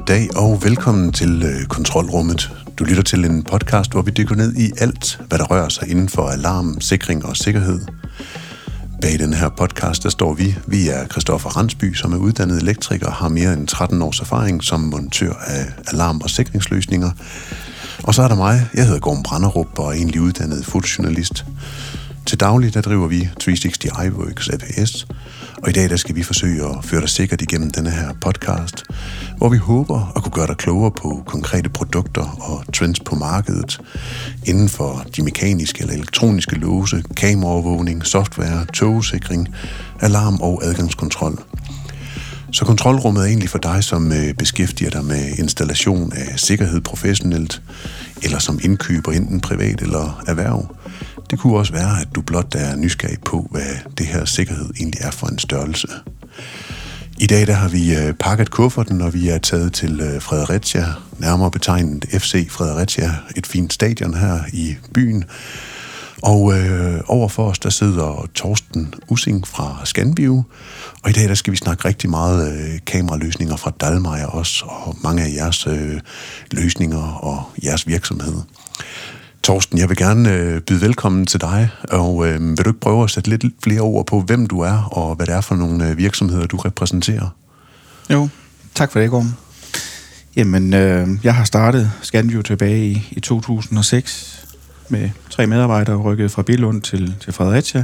Goddag og velkommen til Kontrolrummet. Du lytter til en podcast, hvor vi dykker ned i alt, hvad der rører sig inden for alarm, sikring og sikkerhed. Bag den her podcast, der står vi. Vi er Christoffer Randsby, som er uddannet elektriker og har mere end 13 års erfaring som montør af alarm- og sikringsløsninger. Og så er der mig. Jeg hedder Gorm Branderup og er egentlig uddannet fotojournalist. Til daglig, der driver vi 360 iWorks ApS, og i dag der skal vi forsøge at føre dig sikkert igennem denne her podcast, hvor vi håber at kunne gøre dig klogere på konkrete produkter og trends på markedet inden for de mekaniske eller elektroniske låse, kameraovervågning, software, togsikring, alarm og adgangskontrol. Så kontrolrummet er egentlig for dig, som beskæftiger dig med installation af sikkerhed professionelt, eller som indkøber enten privat eller erhverv. Det kunne også være, at du blot er nysgerrig på, hvad det her sikkerhed egentlig er for en størrelse. I dag der har vi pakket kufferten, og vi er taget til Fredericia, nærmere betegnet FC Fredericia, et fint stadion her i byen. Og overfor os, der sidder Torsten Ussing fra Scanview, og i dag der skal vi snakke rigtig meget kameraløsninger fra Dallmeier også, og mange af jeres løsninger og jeres virksomhed. Torsten, jeg vil gerne byde velkommen til dig, og vil du ikke prøve at sætte lidt flere ord på, hvem du er, og hvad det er for nogle virksomheder, du repræsenterer? Jo, tak for det, Gorm. Jamen, jeg har startet Scanview tilbage i 2006 med 3 medarbejdere rykket fra Billund til Fredericia.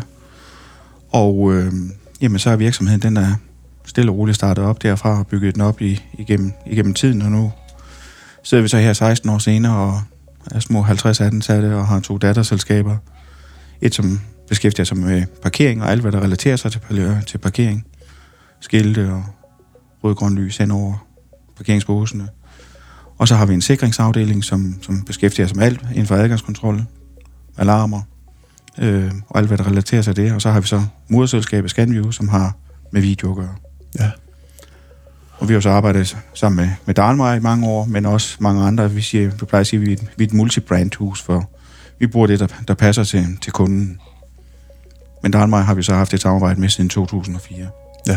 Og jamen, så er virksomheden, den er stille og roligt startet op derfra og bygget den op igennem tiden, og nu sidder vi så her 16 år senere og er små 50 ansatte og har 2 datterselskaber. Et, som beskæftiger sig med parkering og alt, hvad der relaterer sig til parkering. Skilte og rød-grøn lys hen over parkeringsbåsene. Og så har vi en sikringsafdeling, som beskæftiger sig med alt inden for adgangskontrol, alarmer og alt, hvad der relaterer sig til det. Og så har vi så moderselskabet Scanview, som har med video at gøre. Ja. Og vi har så arbejdet sammen med Dallmeier i mange år, men også mange andre. Vi plejer at sige, at vi er et multibrandhus, for vi bruger det, der passer til kunden. Men Dallmeier har vi så haft et samarbejde med siden 2004. Ja.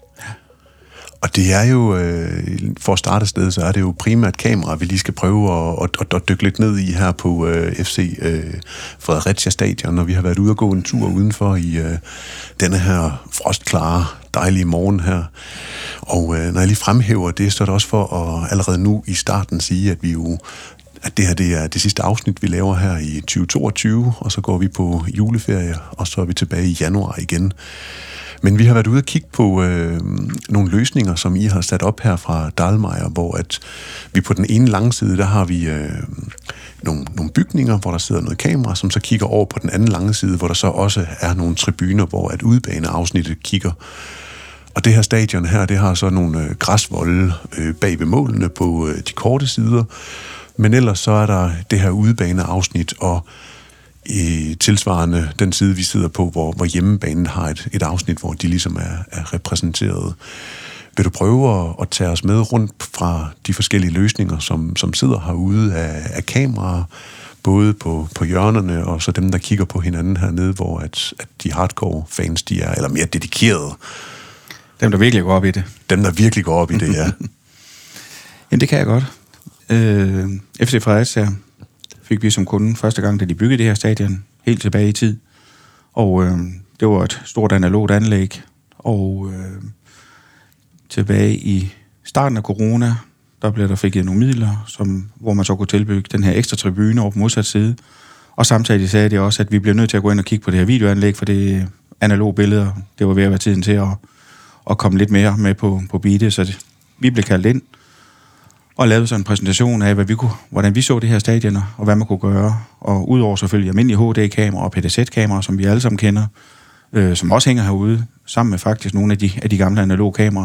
Og det er jo, for at starte sted, så er det jo primært kamera, vi lige skal prøve at dykke lidt ned i her på FC Fredericia Stadion, og vi har været ude og gå en tur udenfor i denne her frostklare, dejlige morgen her. Og når jeg lige fremhæver det, så er det også for at allerede nu i starten sige, at det her det er det sidste afsnit, vi laver her i 2022, og så går vi på juleferie, og så er vi tilbage i januar igen. Men vi har været ude og kigge på nogle løsninger, som I har sat op her fra Dallmeier, hvor at vi på den ene lange side, der har vi nogle bygninger, hvor der sidder noget kamera, som så kigger over på den anden lange side, hvor der så også er nogle tribuner, hvor at udebaneafsnittet kigger. Og det her stadion her, det har så nogle græsvolde bag ved målene på de korte sider, men ellers så er der det her udebaneafsnit, og i tilsvarende den side, vi sidder på, hvor hjemmebanen har et afsnit, hvor de ligesom er repræsenteret. Vil du prøve at tage os med rundt fra de forskellige løsninger, som sidder herude af kameraer, både på hjørnerne, og så dem, der kigger på hinanden hernede, hvor at de hardcore fans, de er, eller mere dedikerede. Dem, der virkelig går op i det. Dem, der virkelig går op i det, ja. Jamen, det kan jeg godt. FC Fredericia fik vi som kunde første gang, da de byggede det her stadion, helt tilbage i tid. Og det var et stort analogt anlæg. Og tilbage i starten af corona, der blev der frigivet nogle midler, hvor man så kunne tilbygge den her ekstra tribune over på modsat side. Og samtidig sagde de også, at vi bliver nødt til at gå ind og kigge på det her videoanlæg, for det analoge billeder, det var ved at være tiden til at komme lidt mere med på beatet. Så vi blev kaldt ind og lavede så en præsentation af, hvordan vi så det her stadion, og hvad man kunne gøre. Og udover selvfølgelig almindelige HD-kameraer og PDZ-kameraer, som vi alle sammen kender, som også hænger herude, sammen med faktisk nogle af de gamle analoge kameraer,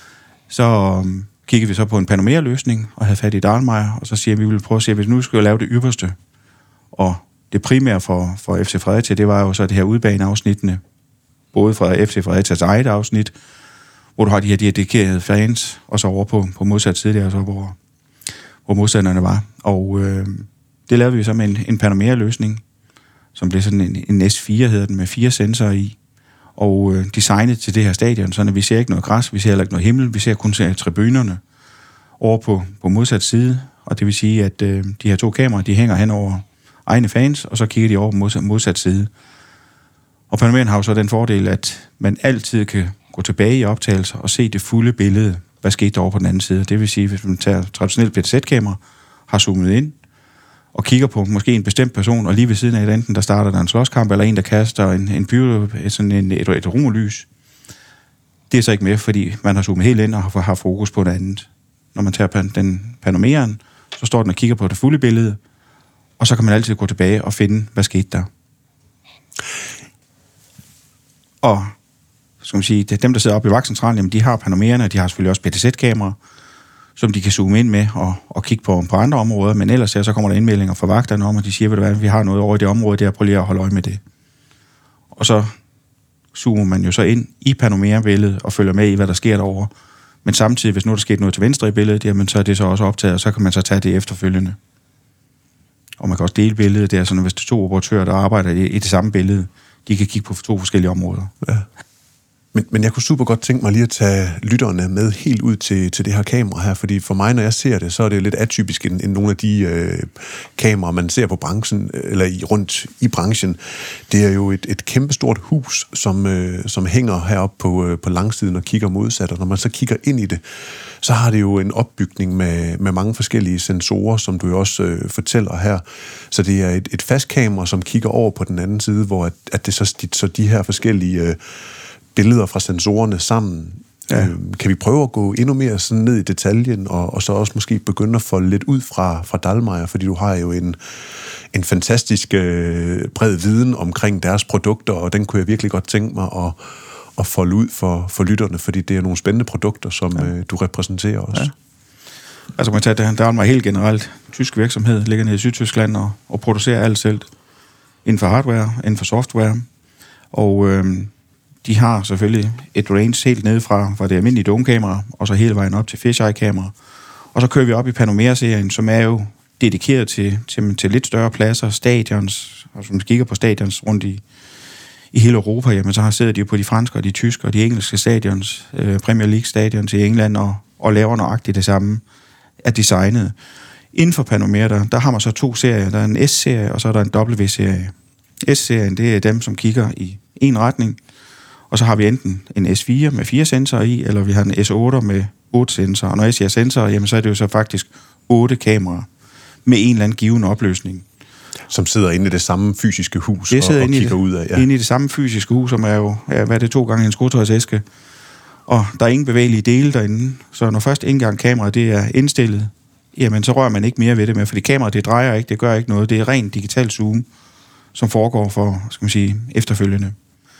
så kiggede vi så på en Panamera-løsning og havde fat i Dallmeier, og så siger vi ville prøve at se, hvis nu skulle lave det ypperste. Og det primære for FC Fredericia, det var jo så det her udbaneafsnittene, både fra FC Frederiциas eget afsnit, hvor du har de her dedikerede fans, og så over på modsat side der, så hvor modstanderne var. Og det lavede vi så med en Panamera-løsning, som blev sådan en S4, hedder den, med 4 sensorer i, og designet til det her stadion, så vi ser ikke noget græs, vi ser heller ikke noget himmel, vi ser kun tribunerne. over på modsat side, og det vil sige, at de her 2 kameraer, de hænger hen over egne fans, og så kigger de over på modsat side. Og Panomera'en har jo så den fordel, at man altid kan gå tilbage i optagelser og se det fulde billede, hvad skete der over på den anden side. Det vil sige, hvis man tager traditionelt PTZ-kamera, har zoomet ind, og kigger på måske en bestemt person, og lige ved siden af enten der starter der en slåskamp, eller en, der kaster et rummelys. Det er så ikke med, fordi man har zoomet helt ind og har fokus på det andet. Når man tager den Panomera'en, så står den og kigger på det fulde billede, og så kan man altid gå tilbage og finde, hvad skete der. Og skal man sige, dem, der sidder oppe i vagtcentralen, jamen, de har Panomera'erne, de har selvfølgelig også PTZ-kameraer, som de kan zoome ind med og kigge på andre områder, men ellers så kommer der indmeldinger fra vagterne om, at de siger, ved du hvad, vi har noget over i det område, der prøv lige at holde øje med det. Og så zoomer man jo så ind i Panomera'billedet og følger med i, hvad der sker derovre. Men samtidig, hvis nu der sker noget til venstre i billedet, jamen så er det så også optaget, og så kan man så tage det efterfølgende. Og man kan også dele billedet, det er sådan, hvis det er 2 operatører, der arbejder i det samme billede, de kan kigge på 2 forskellige områder. Ja. Men jeg kunne super godt tænke mig lige at tage lytterne med helt ud til det her kamera her, fordi for mig, når jeg ser det, så er det lidt atypisk end nogle af de kameraer, man ser på branchen, eller rundt i branchen. Det er jo et kæmpestort hus, som hænger heroppe på langsiden og kigger modsat, og når man så kigger ind i det, så har det jo en opbygning med mange forskellige sensorer, som du jo også fortæller her. Så det er et fast kamera, som kigger over på den anden side, hvor at det så de her forskellige billeder fra sensorerne sammen. Ja. Kan vi prøve at gå endnu mere sådan ned i detaljen, og så også måske begynde at folde lidt ud fra Dallmeier, fordi du har jo en fantastisk bred viden omkring deres produkter, og den kunne jeg virkelig godt tænke mig at folde ud for lytterne, fordi det er nogle spændende produkter, som du repræsenterer også. Ja. Altså man tager Dallmeier helt generelt, tysk virksomhed, ligger nede i Sydtyskland og producerer alt selv, inden for hardware, inden for software, og de har selvfølgelig et range helt nede fra det almindelige dome-kamera, og så hele vejen op til fisheye-kamera. Og så kører vi op i Panomera-serien, som er jo dedikeret til lidt større pladser, stadions, og som kigger på stadions rundt i hele Europa, jamen så sidder de jo på de franske og de tyske og de engelske stadions, Premier League-stadions i England, og laver nøjagtigt det samme af designet. Inden for Panomera, der har man så 2 serier. Der er en S-serie, og så er der en W-serie. S-serien, det er dem, som kigger i en retning, og så har vi enten en S4 med 4 sensorer i, eller vi har en S8 med 8 sensorer. Og når jeg siger sensorer, jamen så er det jo så faktisk 8 kameraer med en eller anden given opløsning. Som sidder inde i det samme fysiske hus og kigger ud af. Ja. Inde i det samme fysiske hus, som er jo, hvad er det, 2 gange en skotøjsæske. Og der er ingen bevægelige dele derinde. Så når først indgang kameraet det er indstillet, jamen så rører man ikke mere ved det med, fordi kameraet det drejer ikke, det gør ikke noget. Det er rent digital zoom, som foregår for, skal man sige, efterfølgende.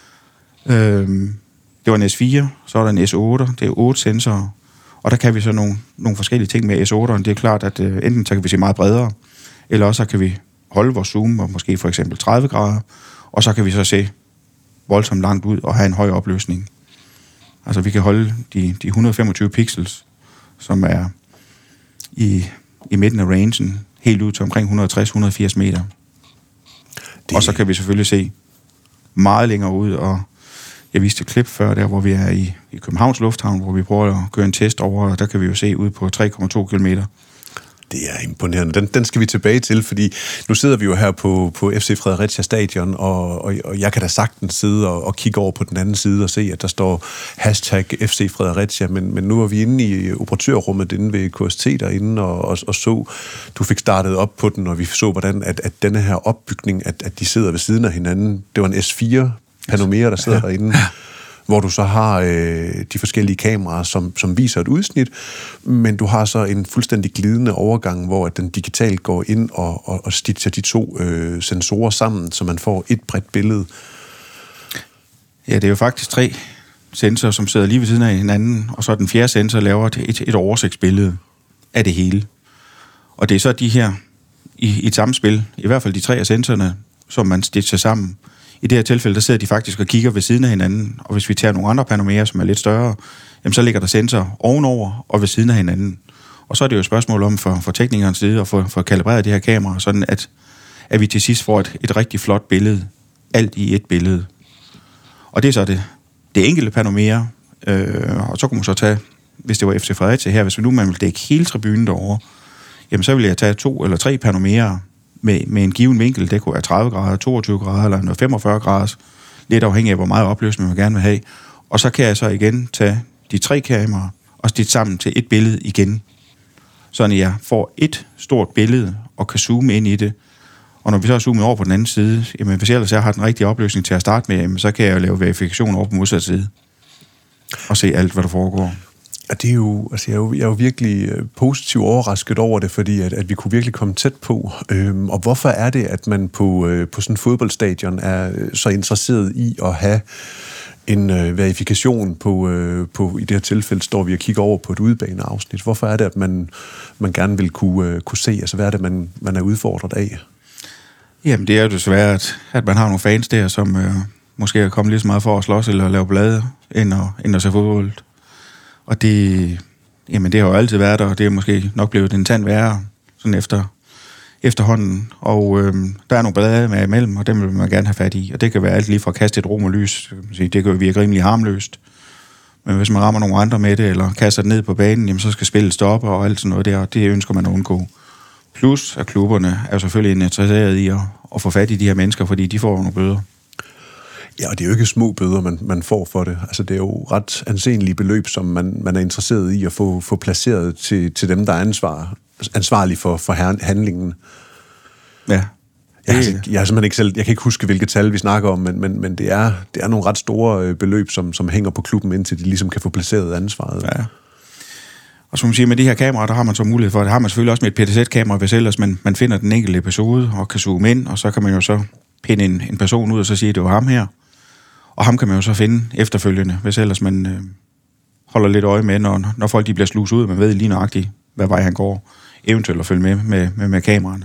Det var en S4, så er der en S8, det er 8 sensorer, og der kan vi så nogle forskellige ting med S8'eren. Det er klart, at enten så kan vi se meget bredere, eller også så kan vi holde vores zoom, og måske for eksempel 30 grader, og så kan vi så se voldsomt langt ud og have en høj opløsning. Altså vi kan holde de 125 pixels, som er i midten af rangen, helt ud til omkring 160-180 meter. Og så kan vi selvfølgelig se meget længere ud, og jeg viste et klip før, der hvor vi er i Københavns Lufthavn, hvor vi prøver at køre en test over, og der kan vi jo se ud på 3,2 kilometer. Det er imponerende. Den skal vi tilbage til, fordi nu sidder vi jo her på FC Fredericia Stadion, og jeg kan da sagtens sidde og kigge over på den anden side og se, at der står #FC Fredericia, men nu er vi inde i operatørrummet inde ved KST derinde, og så, du fik startet op på den, og vi så, hvordan at denne her opbygning, at de sidder ved siden af hinanden, det var en S4 Panomera, der sidder derinde, hvor du så har de forskellige kameraer, som viser et udsnit, men du har så en fuldstændig glidende overgang, hvor den digitalt går ind og stitcher de 2 sensorer sammen, så man får et bredt billede. Ja, det er jo faktisk 3 sensorer, som sidder lige ved siden af hinanden, og så den 4. sensor laver et oversigtsbillede af det hele. Og det er så de her i et samspil, i hvert fald de 3 af sensorerne, som man stitcher sammen. I det her tilfælde, der sidder de faktisk og kigger ved siden af hinanden, og hvis vi tager nogle andre Panomera'er, som er lidt større, jamen så ligger der sensorer ovenover og ved siden af hinanden. Og så er det jo et spørgsmål om for teknikernes side at få kalibreret de her kameraer, sådan at vi til sidst får et rigtig flot billede, alt i et billede. Og det er så det enkelte Panomera, og så kunne man så tage hvis det var FC Fredericia her, hvis nu man ville dække hele tribunen derovre, jamen så ville jeg tage 2 eller 3 panomerer med en given vinkel. Det kunne være 30 grader, 22 grader eller noget 45 grader. Lidt afhængig af, hvor meget opløsning man gerne vil have. Og så kan jeg så igen tage de 3 kameraer og stikke sammen til et billede igen. Sådan jeg får et stort billede og kan zoome ind i det. Og når vi så zoomer over på den anden side, jamen hvis jeg ellers har den rigtige opløsning til at starte med, jamen, så kan jeg jo lave verifikation over på modsatte side. Og se alt, hvad der foregår. Og det er jo, altså jeg er jo virkelig positivt overrasket over det, fordi at vi kunne virkelig komme tæt på. Og hvorfor er det, at man på sådan en fodboldstadion er så interesseret i at have en verifikation på i det her tilfælde står vi og kigger over på et udebaneafsnit. Hvorfor er det, at man gerne vil kunne se, altså hvad er det, man er udfordret af? Jamen det er jo desværre, at man har nogle fans der, som måske er kommet lige så meget for at slås eller lave blade, end at se fodbold. Og det har jo altid været der, og det er måske nok blevet en tand værre, sådan efterhånden. Og der er nogle blade med imellem, og dem vil man gerne have fat i. Og det kan være alt lige fra at kaste et romerlys, det kan jo virke rimelig harmløst. Men hvis man rammer nogle andre med det, eller kaster det ned på banen, jamen så skal spillet stoppe og alt sådan noget der, og det ønsker man at undgå. Plus at klubberne er jo selvfølgelig interesseret i at få fat i de her mennesker, fordi de får nogle bøder. Ja, og det er jo ikke små bøder, man får for det. Altså, det er jo ret ansenelige beløb, som man er interesseret i at få placeret til dem, der er ansvarlige for handlingen. Ja. Jeg har simpelthen ikke selv, jeg kan ikke huske, hvilke tal vi snakker om, men det er nogle ret store beløb, som hænger på klubben, indtil de ligesom kan få placeret ansvaret. Ja. Og som man siger, med de her kameraer, der har man så mulighed for, det har man selvfølgelig også med et PTZ-kamera, hvis ellers man finder den enkelte episode og kan zoome ind, og så kan man jo så pinde en person ud og så sige, at det var ham her. Og ham kan man jo så finde efterfølgende, hvis ellers man holder lidt øje med, når folk de bliver sluset ud, man ved lige nøjagtigt, hvad vej han går, eventuelt at følge med kameraerne.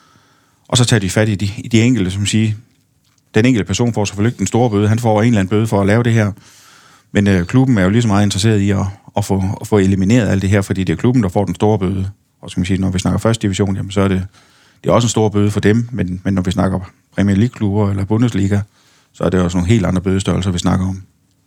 Og så tager de fat i de enkelte, som siger, den enkelte person får selvfølgelig ikke den store bøde, han får en eller anden bøde for at lave det her, men klubben er jo lige så meget interesseret i at få elimineret alt det her, fordi det er klubben, der får den store bøde. Og som man siger, når vi snakker første division, jamen, så er det er også en stor bøde for dem, men når vi snakker Premier League-klubber eller Bundesliga, så er det også nogle helt andre bødestørrelser, vi snakker om.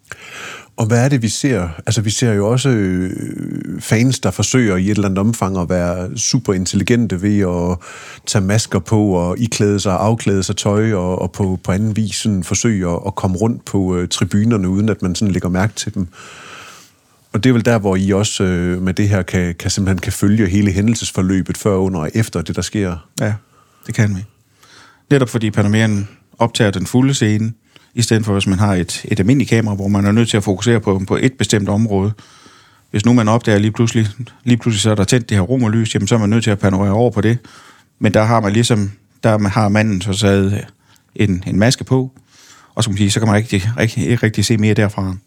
Og hvad er det, vi ser? Altså, vi ser jo også fans, der forsøger i et eller andet omfang at være super intelligente ved at tage masker på og iklæde sig, afklæde sig tøj og på anden vis sådan forsøge at komme rundt på tribunerne, uden at man sådan lægger mærke til dem. Og det er vel der, hvor I også med det her simpelthen kan følge hele hændelsesforløbet før, under og efter det, der sker. Ja, det kan vi. Netop fordi Panamerien optager den fulde scene, i stedet for hvis man har et almindeligt kamera, hvor man er nødt til at fokusere på et bestemt område. Hvis nu man opdager lige pludselig så er der tændt det her romerlys, jamen så er man nødt til at panorere over på det. Men der har man ligesom, der har manden så taget en maske på, og som man siger, så kan man ikke rigtig se mere derfra.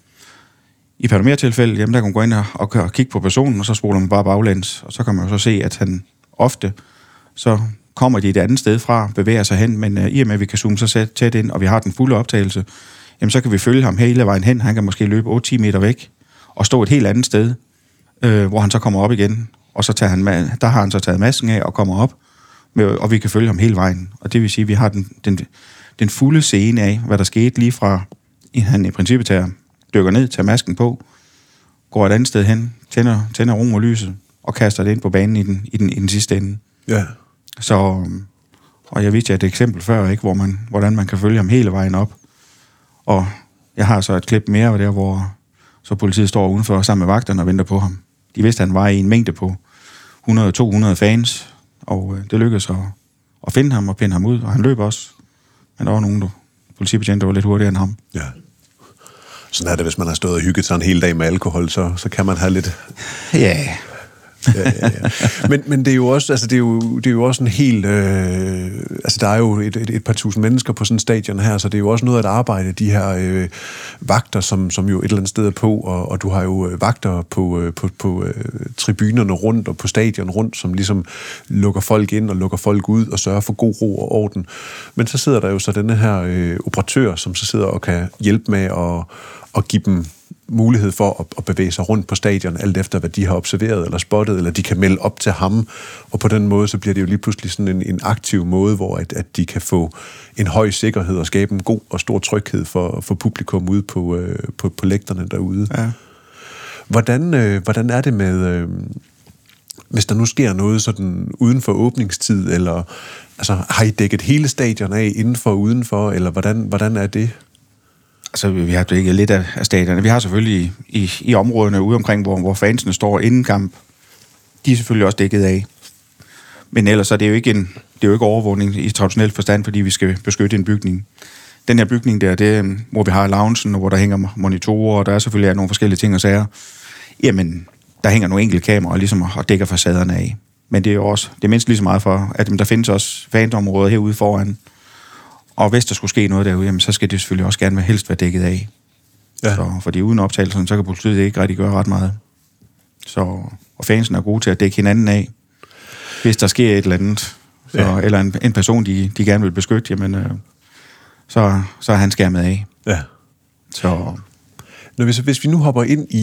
I Panamera-tilfælde, jamen der kan man gå ind og kigge på personen, og så spoler man bare baglæns, og så kan man jo så se, at han ofte så kommer de et andet sted fra, bevæger sig hen, men i og med, at vi kan zoome så tæt ind, og vi har den fulde optagelse, jamen så kan vi følge ham hele vejen hen. Han kan måske løbe 8-10 meter væk, og stå et helt andet sted, hvor han så kommer op igen, og så der har han så taget masken af og kommer op, og vi kan følge ham hele vejen. Og det vil sige, at vi har den fulde scene af, hvad der skete lige fra, han i princippet dykker ned, tager masken på, går et andet sted hen, tænder romerlyset, og kaster det ind på banen i den sidste ende. Ja. Så, og jeg viste jer et eksempel før, ikke, hvordan man kan følge ham hele vejen op. Og jeg har så et klip mere der, hvor så politiet står udenfor sammen med vagterne og venter på ham. De vidste, at han var i en mængde på 100-200 fans, og det lykkedes at finde ham og pinde ham ud, og han løb også. Men der var nogen, politibetjente, der var lidt hurtigere end ham. Ja. Sådan er det, hvis man har stået og hygget sig en hel dag med alkohol, så kan man have lidt... Ja. Ja. Men det er jo også, altså det er jo også en helt, altså der er jo et par tusind mennesker på sådan en stadion her, så det er jo også noget at arbejde, de her vagter, som jo et eller andet sted er på, og du har jo vagter på tribunerne rundt og på stadion rundt, som ligesom lukker folk ind og lukker folk ud og sørger for god ro og orden. Men så sidder der jo så denne her operatør, som så sidder og kan hjælpe med at give dem mulighed for at bevæge sig rundt på stadion, alt efter hvad de har observeret eller spottet, eller de kan melde op til ham, og på den måde, så bliver det jo lige pludselig sådan en aktiv måde, hvor at de kan få en høj sikkerhed og skabe en god og stor tryghed for publikum ude på lægterne derude. Ja. Hvordan er det med, hvis der nu sker noget sådan uden for åbningstid, eller altså, har I dækket hele stadion af, indenfor og udenfor, eller hvordan er det? Altså, vi har dækket lidt af stadionerne. Vi har selvfølgelig i områdene ude omkring, hvor fansene står inden kamp, de er selvfølgelig også dækket af. Men ellers er det jo ikke overvågning i traditionel forstand, fordi vi skal beskytte en bygning. Den her bygning der, det, hvor vi har loungen, hvor der hænger monitorer, og der er selvfølgelig nogle forskellige ting og sager. Jamen, der hænger nogle enkelte kameraer ligesom og dækker facaderne af. Men det er jo også, det er mindst lige så meget for, at der findes også fansområder herude foran. Og hvis der skulle ske noget derude, jamen, så skal det selvfølgelig også gerne helst være dækket af. Ja. Så, fordi uden optagelserne, så kan politiet ikke rigtig gøre ret meget. Så, og fansen er gode til at dække hinanden af, hvis der sker et eller andet. Så, ja. Eller en person, de gerne vil beskytte, jamen, så er han skærmet af. Ja. Så... Hvis vi nu hopper ind i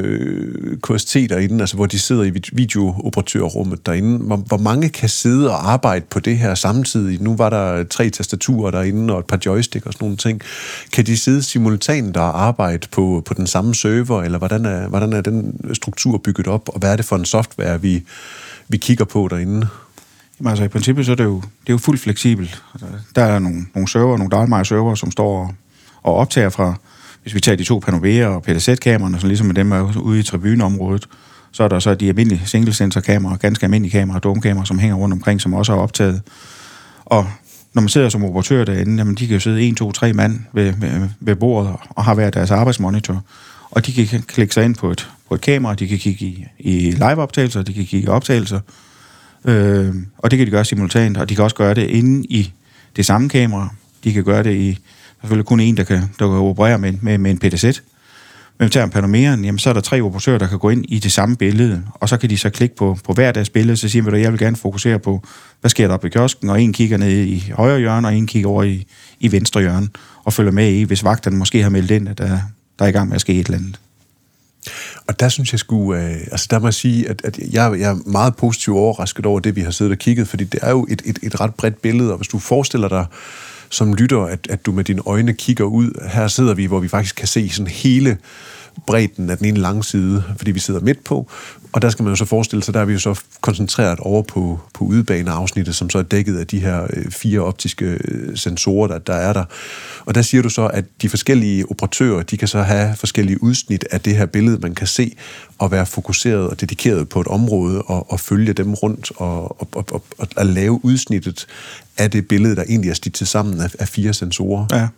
KST derinde, altså hvor de sidder i videooperatørrummet derinde, hvor mange kan sidde og arbejde på det her samtidig? Nu var der 3 tastaturer derinde og et par joystick og sådan nogle ting. Kan de sidde simultant og arbejde på den samme server, eller hvordan er den struktur bygget op, og hvad er det for en software, vi kigger på derinde? Jamen, altså i princippet så er det jo fuldt fleksibelt. Altså, der er nogle server, nogle Dalmar-server, som står og optager fra. Hvis vi tager de 2 Panopera og PDZ-kameraerne, så ligesom med dem er ude i tribuneområdet, så er der så de almindelige single-sensor-kameraer, ganske almindelige kameraer, dome-kameraer, som hænger rundt omkring, som også er optaget. Og når man sidder som operatør derinde, jamen de kan jo sidde 1, 2, 3 mand ved bordet og har hver deres arbejdsmonitor. Og de kan klikke sig ind på et kamera, de kan kigge i live-optagelser, de kan kigge i optagelser, og det kan de gøre simultant, og de kan også gøre det inde i det samme kamera. De kan gøre det i selvfølgelig kun en, der kan operere med en PDZ. Men hvis vi tager Panomeran, jamen så er der 3 operatører, der kan gå ind i det samme billede, og så kan de så klikke på hver deres billede, så siger vi, at jeg vil gerne fokusere på, hvad sker der oppe i kiosken, og en kigger ned i højre hjørne, og en kigger over i venstre hjørne, og følger med i, hvis vagterne måske har meldt ind, at der er i gang med at ske et eller andet. Og der synes jeg der må jeg sige, at jeg er meget positivt overrasket over det, vi har siddet og kigget, fordi det er jo et ret bredt billede, og hvis du forestiller dig som lytter, at du med dine øjne kigger ud. Her sidder vi, hvor vi faktisk kan se sådan hele bredden af den ene lange side, fordi vi sidder midt på, og der skal man jo så forestille sig, der er vi jo så koncentreret over på udebaneafsnittet, som så er dækket af de her 4 optiske sensorer, der er der. Og der siger du så, at de forskellige operatører, de kan så have forskellige udsnit af det her billede, man kan se, og være fokuseret og dedikeret på et område, og følge dem rundt, og at lave udsnittet af det billede, der egentlig er stittet sammen af 4 sensorer. Ja.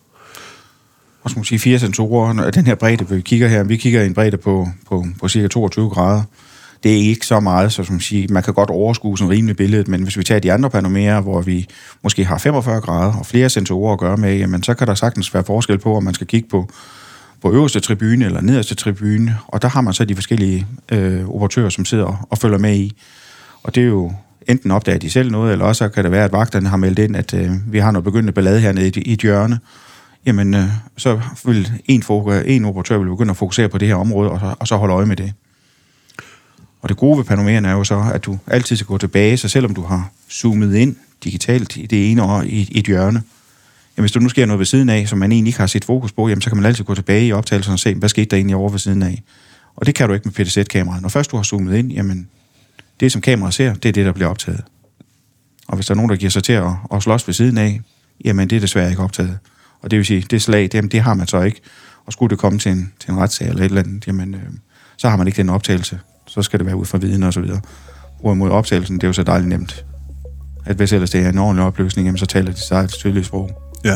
Og som sige 4 sensorer, den her bredde, vi kigger i en bredde på cirka 22 grader. Det er ikke så meget, så som sige, man kan godt overskue sådan rimelig billedet, men hvis vi tager de andre panomerer, hvor vi måske har 45 grader og flere sensorer at gøre med, jamen så kan der sagtens være forskel på, om man skal kigge på øverste tribune eller nederste tribune, og der har man så de forskellige operatører, som sidder og følger med i. Og det er jo enten opdager de selv noget, eller også kan det være, at vagterne har meldt ind, at vi har noget begyndende ballade hernede i et hjørne. Jamen, så vil en operatør vil begynde at fokusere på det her område, og så holde øje med det. Og det gode ved Panomeran er jo så, at du altid skal gå tilbage, så selvom du har zoomet ind digitalt i det ene og i et hjørne, jamen hvis der nu sker noget ved siden af, som man egentlig ikke har set fokus på, jamen så kan man altid gå tilbage i optagelsen og se, hvad skete der egentlig over ved siden af. Og det kan du ikke med PDZ-kameraet. Når først du har zoomet ind, jamen det som kameraet ser, det er det, der bliver optaget. Og hvis der er nogen, der giver sig til at slås ved siden af, jamen det er desværre ikke optaget. Og det vil sige, det slag, det har man så ikke. Og skulle det komme til en retssag eller et eller andet, jamen så har man ikke den optagelse. Så skal det være ud fra viden og så videre. Hvorimod optagelsen, det er jo så dejligt nemt. At hvis ellers det er en ordentlig opløsning, jamen så taler de sig et tydeligt sprog. Ja.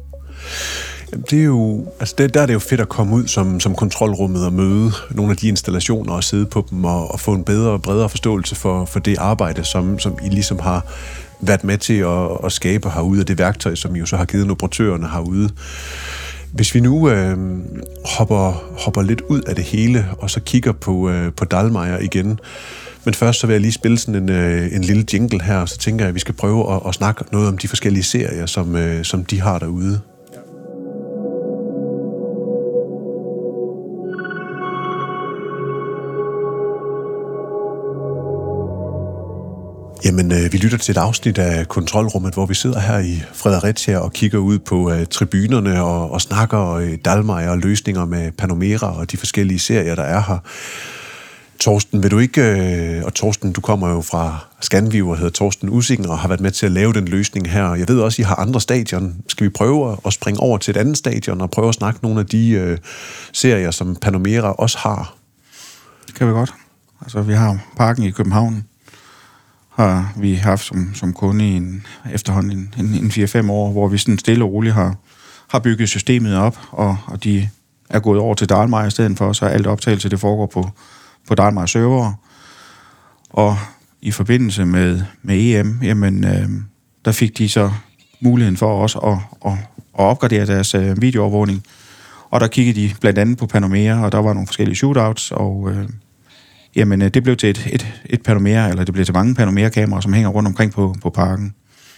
Jamen, det er jo, altså der er det jo fedt at komme ud som kontrolrummet og møde nogle af de installationer og sidde på dem og få en bedre og bredere forståelse for det arbejde, som I ligesom har været med til at skabe herude, og det værktøj, som I jo så har givet operatørerne herude. Hvis vi nu hopper lidt ud af det hele, og så kigger på Dalmar igen. Men først så vil jeg lige spille sådan en lille jingle her, og så tænker jeg, at vi skal prøve at snakke noget om de forskellige serier, som de har derude. Jamen, vi lytter til et afsnit af Kontrolrummet, hvor vi sidder her i Fredericia og kigger ud på tribunerne og snakker Dalmar og løsninger med Panamera og de forskellige serier, der er her. Torsten, vil du ikke... Og Torsten, du kommer jo fra Scanview og hedder Torsten Ussingen og har været med til at lave den løsning her. Jeg ved også, I har andre stadion. Skal vi prøve at springe over til et andet stadion og prøve at snakke nogle af de serier, som Panamera også har? Det kan vi godt. Altså, vi har Parken i København. Har vi haft som kunde i efterhånden en 4-5 år, hvor vi sådan stille og roligt har bygget systemet op, og de er gået over til Dalmar i stedet for, så alt optagelse det foregår på Dalmar server. Og i forbindelse med EM, jamen, der fik de så muligheden for også at opgradere deres videoovervågning. Og der kiggede de blandt andet på Panamera, og der var nogle forskellige shootouts, og jamen, det blev til et Panamera, eller det blev til mange Panamera-kameraer, som hænger rundt omkring på parken.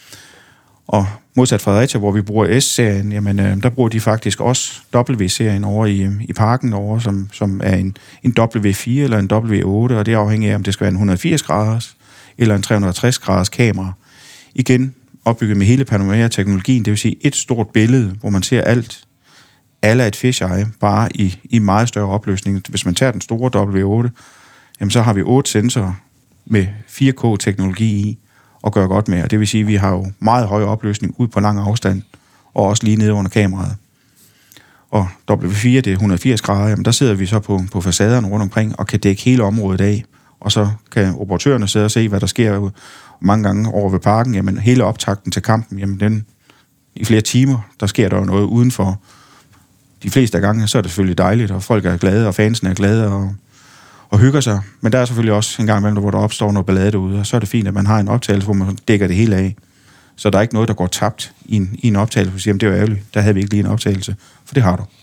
Og modsat Fredericia, hvor vi bruger S-serien, jamen, der bruger de faktisk også W-serien over i parken over, som er en W4 eller en W8, og det afhænger af, om det skal være en 180 graders eller en 360 graders kamera. Igen opbygget med hele Panamera-teknologien, det vil sige et stort billede, hvor man ser alt, alle et fisheye, bare i meget større opløsning. Hvis man tager den store W8, jamen så har vi 8 sensorer med 4K-teknologi i og gør godt med. Og det vil sige, at vi har jo meget høj opløsning ud på lang afstand, og også lige nede under kameraet. Og W4, det er 180 grader, jamen der sidder vi så på facaderne rundt omkring og kan dække hele området af. Og så kan operatørerne sidde og se, hvad der sker mange gange over ved parken. Jamen hele optakten til kampen, jamen i flere timer, der sker der jo noget udenfor. De fleste af gange, så er det selvfølgelig dejligt, og folk er glade, og fansene er glade, og hygger sig. Men der er selvfølgelig også en gang imellem, hvor der opstår noget ballade derude, og så er det fint, at man har en optagelse, hvor man dækker det hele af. Så der er ikke noget, der går tabt i en optagelse, for at sige, det var ærgerligt, der havde vi ikke lige en optagelse, for det har du.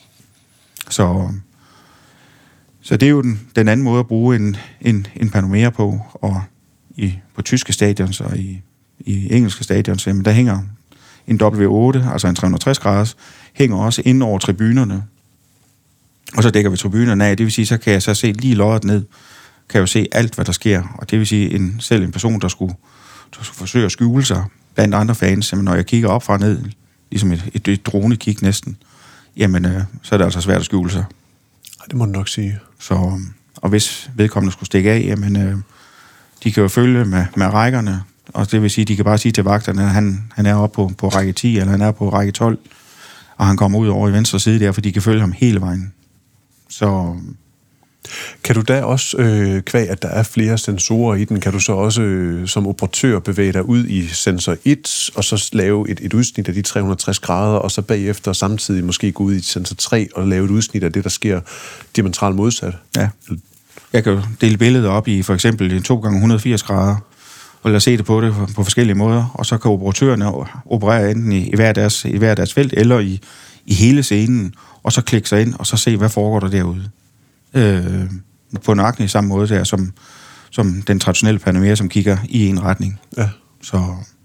Så det er jo den anden måde at bruge en Panamera på, og på tyske stadions og i engelske stadions, jamen der hænger en W8, altså en 360 graders, hænger også ind over tribunerne. Og så dækker vi tribunerne af, det vil sige, så kan jeg så se lige loddet ned, kan jeg jo se alt, hvad der sker. Og det vil sige, selv en person, der skulle forsøge at skjule sig blandt andre fans, jamen når jeg kigger op fra ned, ligesom et drone-kig næsten, jamen så er det altså svært at skjule sig. Det må du nok sige. Så, og hvis vedkommende skulle stikke af, jamen de kan jo følge med rækkerne, og det vil sige, de kan bare sige til vagterne, at han er oppe på række 10, eller han er på række 12, og han kommer ud over i venstre side der, for de kan følge ham hele vejen. Så kan du da også, kvæg at der er flere sensorer i den, kan du så også som operatør bevæge dig ud i sensor 1, og så lave et udsnit af de 360 grader, og så bagefter samtidig måske gå ud i sensor 3 og lave et udsnit af det, der sker diametralt modsat? Ja. Jeg kan jo dele billedet op i for eksempel 2x180 grader, og lade se det på forskellige måder, og så kan operatørerne operere enten i hver deres felt, eller i hele scenen, og så klikke sig ind, og så se, hvad foregår der derude. På nøjagtig samme måde der, som den traditionelle Panamera, som kigger i en retning. Ja. Så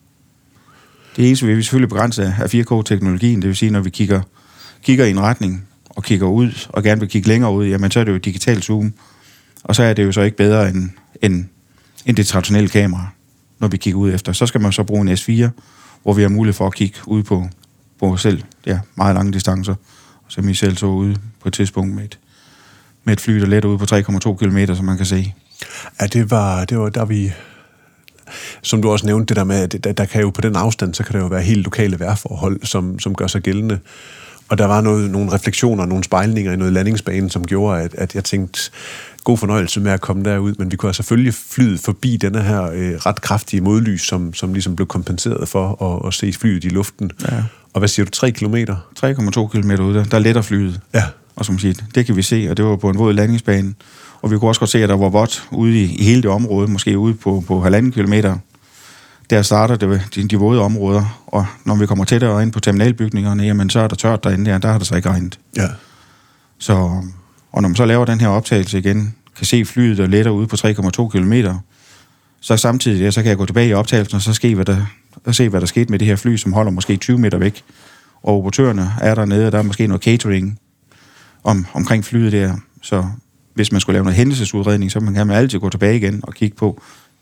det eneste, vi selvfølgelig begrænset af 4K-teknologien, det vil sige, når vi kigger i en retning, og kigger ud, og gerne vil kigge længere ud, jamen så er det jo digital zoom, og så er det jo så ikke bedre end det traditionelle kamera, når vi kigger ud efter. Så skal man så bruge en S4, hvor vi har mulighed for at kigge ud på selv meget lange distancer, som I selv så ude på et tidspunkt med et fly, der letter ud på 3,2 kilometer, som man kan se. Ja, det var der vi, som du også nævnte, det der med, at der kan jo på den afstand, så kan der jo være helt lokale vejrforhold, som gør sig gældende. Og der var nogle refleksioner, nogle spejlninger i noget landingsbane, som gjorde, at jeg tænkte, god fornøjelse med at komme derud, men vi kunne selvfølgelig flyet forbi denne her ret kraftige modlys, som ligesom blev kompenseret for at se flyet i luften. Ja. Og hvad siger du, 3 kilometer? 3,2 kilometer ude der letter flyet. Ja. Og som siger, det kan vi se, og det var på en våd landingsbane. Og vi kunne også godt se, at der var vådt ude i hele det område, måske ude på 1,5 kilometer. Der starter det de våde områder, og når vi kommer tættere ind på terminalbygningerne, jamen så er der tørt derinde der har det så ikke regnet. Ja. Så, og når man så laver den her optagelse igen, kan se flyet, der letter ude på 3,2 kilometer, så samtidig så kan jeg gå tilbage i optagelsen og så se, hvad der skete med det her fly, som holder måske 20 meter væk. Og operatørerne er dernede, og der er måske noget catering omkring flyet der. Så hvis man skulle lave noget hændelsesudredning, så kan man altid gå tilbage igen og kigge på,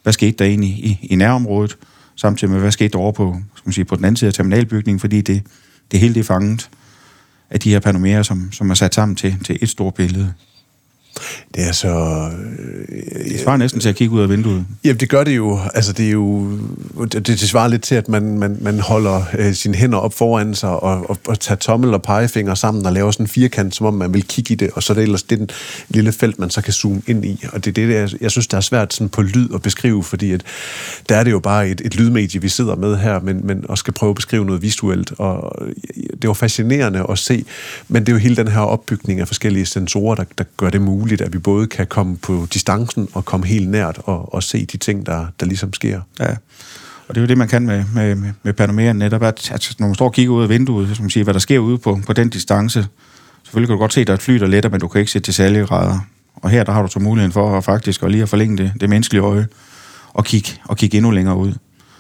hvad skete der egentlig i nærområdet, samtidig med, hvad skete der over på, på den anden side af terminalbygningen, fordi det hele det er fanget af de her panomerer, som er sat sammen til et stort billede. Det er så... det svarer næsten til at kigge ud af vinduet. Jamen, det gør det jo. Altså, det svarer lidt til, at man holder sine hænder op foran sig og tager tommel og pegefinger sammen og laver sådan en firkant, som om man vil kigge i det, og så er det ellers den lille felt, man så kan zoome ind i. Og det er det, jeg synes, der er svært sådan på lyd at beskrive, fordi at der er det jo bare et lydmedie, vi sidder med her, men og skal prøve at beskrive noget visuelt. Og det var fascinerende at se, men det er jo hele den her opbygning af forskellige sensorer, der gør det muligt, at vi både kan komme på distancen og komme helt nært og se de ting, der ligesom sker. Ja, og det er jo det, man kan med panomeren netop, at når man står og kigger ud af vinduet, som siger, hvad der sker ude på den distance, selvfølgelig kan du godt se, at der er et fly, der letter, men du kan ikke se til særlige. Og her, der har du så muligheden for at faktisk lige at forlænge det menneskelige øje og kigge endnu længere ud.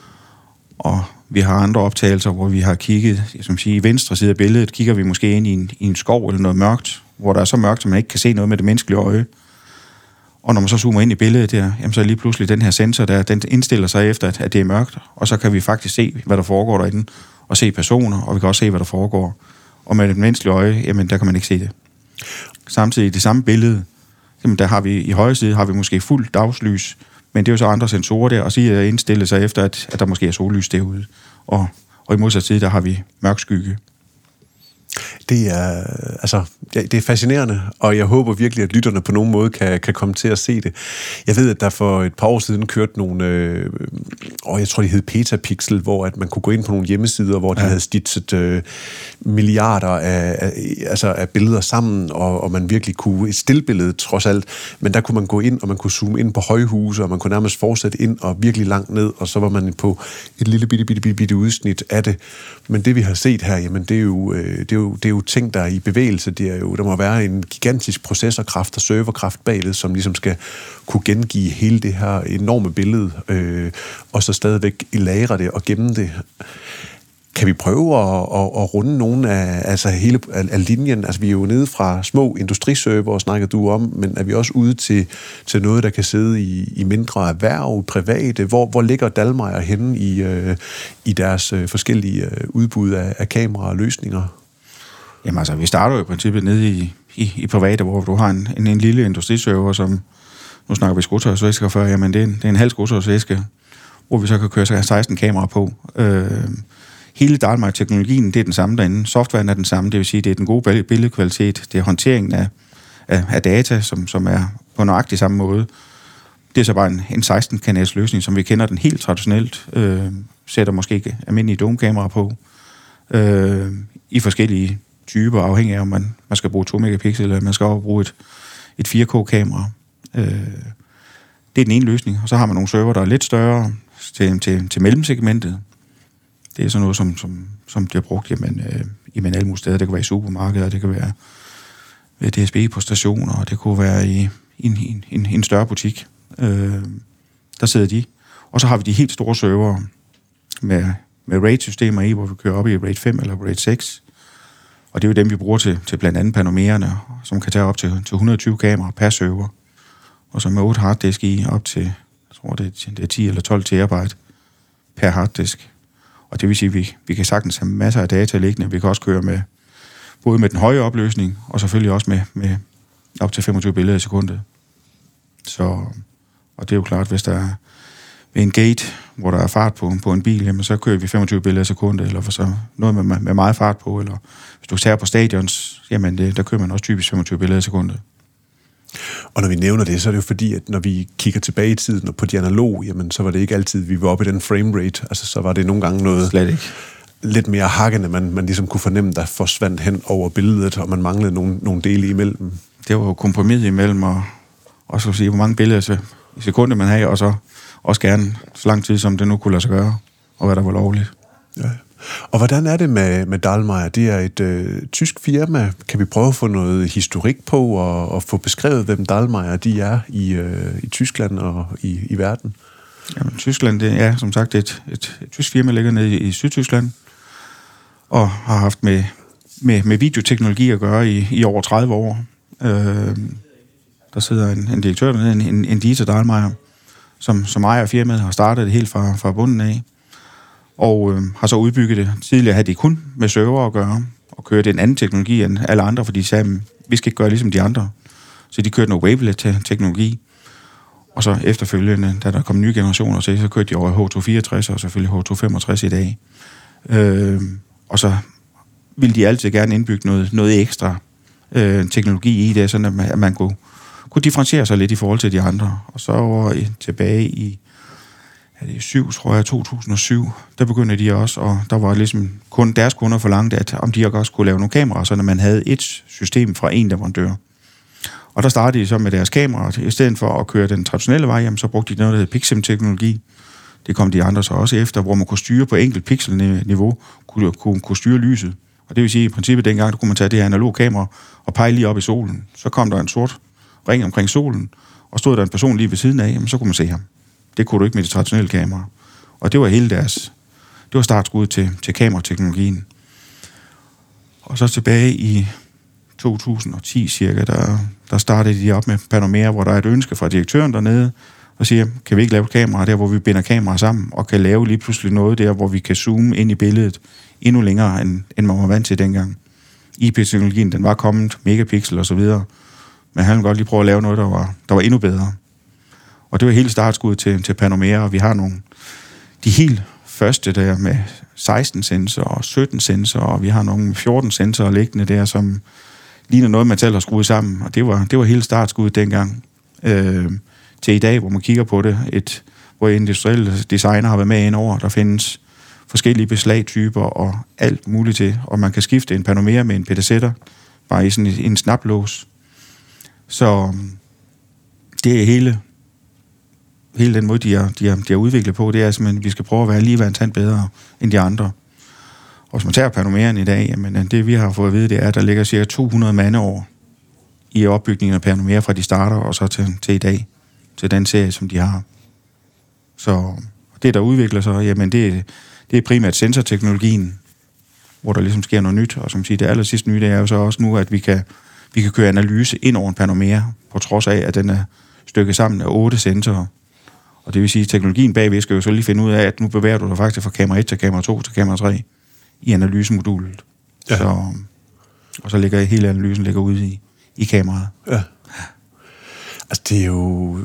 Og vi har andre optagelser, hvor vi har kigget, i venstre side af billedet, kigger vi måske ind i en skov eller noget mørkt, hvor der er så mørkt, at man ikke kan se noget med det menneskelige øje. Og når man så zoomer ind i billedet der, jamen så er lige pludselig den her sensor der, den indstiller sig efter, at det er mørkt, og så kan vi faktisk se, hvad der foregår derinde, og se personer, og vi kan også se, hvad der foregår. Og med det menneskelige øje, jamen der kan man ikke se det. Samtidig i det samme billede, jamen der har vi i højre side, har vi måske fuld dagslys, men det er jo så andre sensorer der, og så er indstillet sig efter, at der måske er sollys derude. Og i modsat side, der har vi mørk skygge. Det er fascinerende, og jeg håber virkelig, at lytterne på nogen måde kan komme til at se det. Jeg ved, at der for et par år siden kørte nogle, jeg tror, de hed Petapixel, hvor at man kunne gå ind på nogle hjemmesider, hvor de havde stitset milliarder af billeder sammen, og man virkelig kunne et stillbillede trods alt, men der kunne man gå ind, og man kunne zoome ind på højhuse, og man kunne nærmest fortsætte ind og virkelig langt ned, og så var man på et lille bitte udsnit af det. Men det, vi har set her, jamen, det er jo ting, der er i bevægelse. Der må være en gigantisk processorkraft og serverkraft bagved, som ligesom skal kunne gengive hele det her enorme billede, og så stadigvæk lagre det og gemme det. Kan vi prøve at runde nogle af linjen? Altså, vi er jo nede fra små industriserver, snakkede du om, men er vi også ude til noget, der kan sidde i mindre erhverv, private? Hvor ligger Dallmeier henne i deres forskellige udbud af kameraer og løsninger? Jamen altså, vi starter jo i princippet nede i private, hvor du har en lille industriserver, som, nu snakker vi skruetøjsvæsker før, jamen det er en halv skruetøjsvæske, hvor vi så kan køre 16 kameraer på. Hele Dallmeier-teknologien, det er den samme derinde. Softwaren er den samme, det vil sige, det er den gode billedkvalitet, det er håndteringen af data, som er på nøjagtig samme måde. Det er så bare en 16-kanals løsning, som vi kender den helt traditionelt. Sætter måske ikke almindelige domkameraer på. I forskellige typer, afhængig af, om man skal bruge 2 megapixel, eller man skal også bruge et 4K-kamera. Det er den ene løsning. Og så har man nogle server, der er lidt større til mellemsegmentet. Det er sådan noget, som bliver brugt i alle mulige steder. Det kan være i supermarkeder, det kan være ved DSB på stationer, og det kunne være i en større butik. Der sidder de. Og så har vi de helt store server med RAID-systemer i, hvor vi kører op i RAID 5 eller RAID 6. Og det er jo dem, vi bruger til blandt andet panomererne, som kan tage op til 120 kameraer per server. Og så med 8 harddisk i op til, jeg tror det er 10 eller 12 terabyte per harddisk. Og det vil sige, at vi kan sagtens have masser af data liggende. Vi kan også køre både med den høje opløsning, og selvfølgelig også med op til 25 billeder i sekundet. Og det er jo klart, hvis der er ved en gate, hvor der er fart på en bil, jamen så kører vi 25 billeder i sekundet, eller for så noget med meget fart på, eller hvis du tager på stadions, jamen der kører man også typisk 25 billeder i sekundet. Og når vi nævner det, så er det jo fordi, at når vi kigger tilbage i tiden og på de analog, jamen så var det ikke altid, vi var oppe i den framerate. Altså så var det nogle gange noget slet ikke lidt mere hakkende, man ligesom kunne fornemme, der forsvandt hen over billedet, og man manglede nogle dele imellem. Det var jo kompromis imellem, og så sige, hvor mange billeder i sekundet man havde, og så også gerne så lang tid, som det nu kunne lade sig gøre, og hvad der var lovligt. Ja. Og hvordan er det med Dallmeier? Det er et tysk firma. Kan vi prøve at få noget historik på, og få beskrevet, hvem Dallmeier de er i Tyskland og i verden? Jamen, Tyskland, det er som sagt et tysk firma, ligger nede i Sydtyskland, og har haft med videoteknologi at gøre i over 30 år. Der sidder en direktør dernede, en Dieter Dallmeier, som ejer firmaet, har startet det helt fra bunden af, og har så udbygget det. Tidligere havde de kun med server at gøre, og kørte en anden teknologi end alle andre, fordi de sagde, vi skal ikke gøre ligesom de andre. Så de kørte noget wavelet-teknologi, og så efterfølgende, da der kom nye generationer til, så kørte de over H264 og selvfølgelig H265 i dag. Og så ville de altid gerne indbygge noget ekstra teknologi i det, sådan at man kunne differentiere sig lidt i forhold til de andre. Og så var tilbage i 2007, der begyndte de også, og der var ligesom kun deres kunder forlangte, at om de også kunne lave nogle kameraer, så når man havde et system fra en leverandør. Og der startede de så med deres kameraer. I stedet for at køre den traditionelle vej, jamen, så brugte de noget, der hedder PixSim-teknologi. Det kom de andre så også efter, hvor man kunne styre på enkelt pixelniveau, kunne styre lyset. Og det vil sige, i princippet dengang, der kunne man tage det her analog kamera og pege lige op i solen. Så kom der en sort ring omkring solen, og stod der en person lige ved siden af, jamen, så kunne man se ham. Det kunne du ikke med de traditionelle kameraer. Og det var hele det var startskuddet til kamerateknologien. Og så tilbage i 2010 cirka, der startede de op med Panomera, hvor der er et ønske fra direktøren dernede, og siger, kan vi ikke lave et kamera der, hvor vi binder kameraer sammen, og kan lave lige pludselig noget der, hvor vi kan zoome ind i billedet endnu længere, end man var vant til dengang. IP-teknologien, den var kommet, megapixel og så videre, men han ville godt lige prøve at lave noget, der var endnu bedre. Og det var hele startskuddet til Panomera, og vi har de helt første der med 16 sensorer og 17 sensorer, og vi har nogle 14 sensorer liggende der, som ligner noget, man selv har skruet sammen, og det var hele startskuddet dengang. Til i dag, hvor man kigger på det, hvor industrielle designer har været med ind over, der findes forskellige beslagtyper og alt muligt til, og man kan skifte en Panomera med en pedesætter, bare i sådan en snaplås. Så det er hele den måde, de har udviklet på, det er simpelthen, at vi skal prøve at være lige en tand bedre end de andre. Og hvis man tager Panomeraen i dag, jamen det vi har fået at vide, det er, at der ligger cirka 200 mandeår i opbygningen af Panomera, fra de starter og så til i dag, til den serie, som de har. Så det, der udvikler sig, jamen det er primært sensorteknologien, hvor der ligesom sker noget nyt, og som siger, det aller sidste nye, det er jo så også nu, at vi kan køre analyse ind over en Panomera, på trods af, at den er stykket sammen af 8 sensorer. Og det vil sige, at teknologien bagved skal jo så lige finde ud af, at nu bevæger du dig faktisk fra kamera 1 til kamera 2 til kamera 3 i analysemodulet. Ja. Og så ligger hele analysen ude i kameraet. Ja. Altså, det er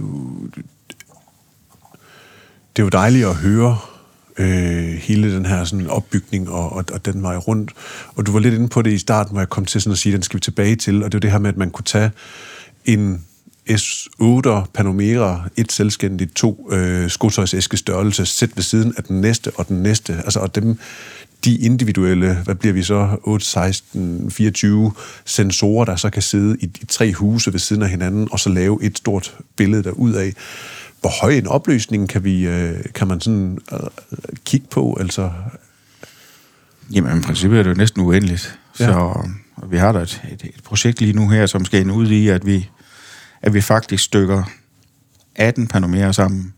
jo dejligt at høre hele den her sådan opbygning og den vej rundt. Og du var lidt inde på det i starten, hvor jeg kom til sådan at sige, den skal vi tilbage til, og det er jo det her med, at man kunne tage en S8 Panomera, et selvstændigt, 2 skotøjsæske størrelse, sæt ved siden af den næste og den næste, altså og de individuelle, hvad bliver vi så, 8, 16, 24 sensorer, der så kan sidde i 3 huse ved siden af hinanden, og så lave et stort billede derudaf. Hvor høj en opløsning kan man sådan kigge på, altså? Jamen, i princippet er det jo næsten uendeligt. Ja. Så vi har da et projekt lige nu her, som skal ende ud i, at vi faktisk stykker 18 Panomera sammen